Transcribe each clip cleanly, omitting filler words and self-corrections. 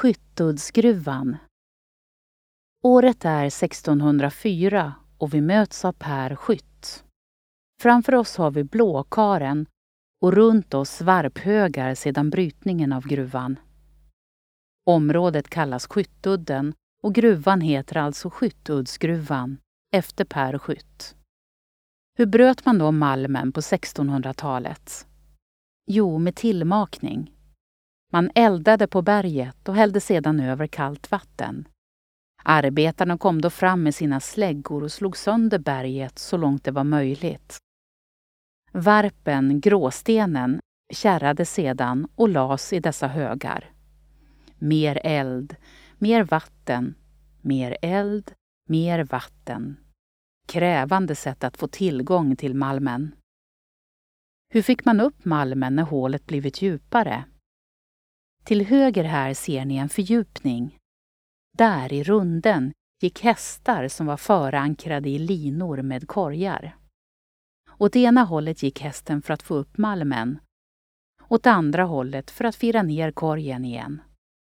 Skyttuddsgruvan. Året är 1604 och vi möts av Per Skytt. Framför oss har vi Blåkaren och runt oss varphögar sedan brytningen av gruvan. Området kallas Skyttudden och gruvan heter alltså Skyttuddsgruvan efter Per Skytt. Hur bröt man då malmen på 1600-talet? Jo, med tillmakning. Man eldade på berget och hällde sedan över kallt vatten. Arbetarna kom då fram med sina släggor och slog sönder berget så långt det var möjligt. Varpen, gråstenen, kärrade sedan och las i dessa högar. Mer eld, mer vatten, mer eld, mer vatten. Krävande sätt att få tillgång till malmen. Hur fick man upp malmen när hålet blivit djupare? Till höger här ser ni en fördjupning. Där i runden gick hästar som var förankrade i linor med korgar. Åt ena hållet gick hästen för att få upp malmen. Åt andra hållet för att fira ner korgen igen.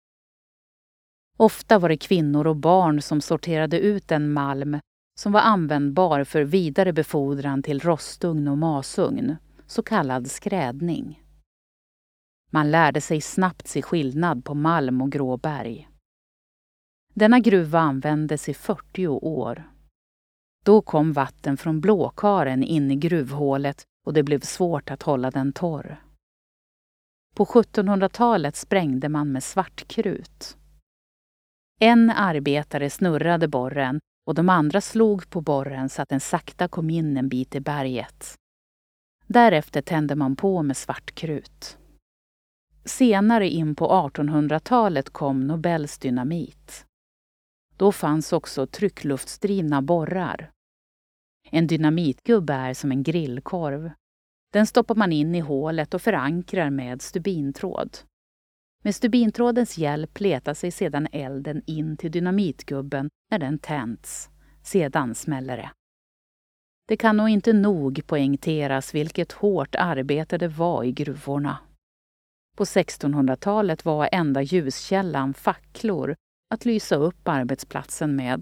Ofta var det kvinnor och barn som sorterade ut en malm som var användbar för vidare befordran till rostugn och masugn, så kallad skrädning. Man lärde sig snabbt se skillnad på malm och gråberg. Denna gruva användes i 40 år. Då kom vatten från Blåkaren in i gruvhålet och det blev svårt att hålla den torr. På 1700-talet sprängde man med svartkrut. En arbetare snurrade borren och de andra slog på borren så att den sakta kom in en bit i berget. Därefter tände man på med svartkrut. Senare in på 1800-talet kom Nobels dynamit. Då fanns också tryckluftsdrivna borrar. En dynamitgubbe är som en grillkorv. Den stoppar man in i hålet och förankrar med stubintråd. Med stubintrådens hjälp letar sig sedan elden in till dynamitgubben när den tänds. Sedan smäller det. Det kan nog inte nog poängteras vilket hårt arbete det var i gruvorna. På 1600-talet var enda ljuskällan facklor att lysa upp arbetsplatsen med.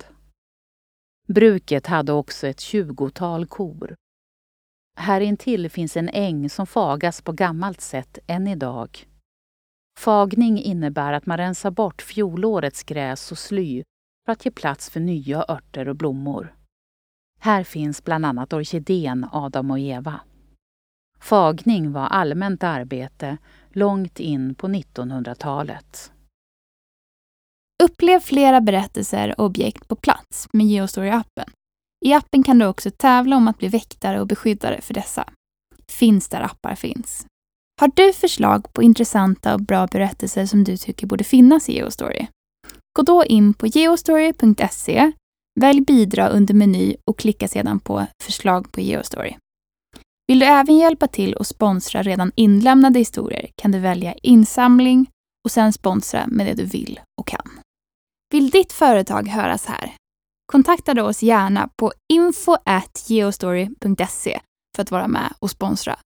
Bruket hade också ett 20-tal kor. Här intill finns en äng som fagas på gammalt sätt än idag. Fagning innebär att man rensar bort fjolårets gräs och sly för att ge plats för nya örter och blommor. Här finns bland annat orkidén Adam och Eva. Fagning var allmänt arbete långt in på 1900-talet. Upplev flera berättelser och objekt på plats med Geostory-appen. I appen kan du också tävla om att bli väktare och beskyddare för dessa. Finns där appar finns. Har du förslag på intressanta och bra berättelser som du tycker borde finnas i Geostory? Gå då in på geostory.se, välj bidra under meny och klicka sedan på förslag på Geostory. Vill du även hjälpa till och sponsra redan inlämnade historier kan du välja insamling och sen sponsra med det du vill och kan. Vill ditt företag höras här? Kontakta då oss gärna på info@geostory.se för att vara med och sponsra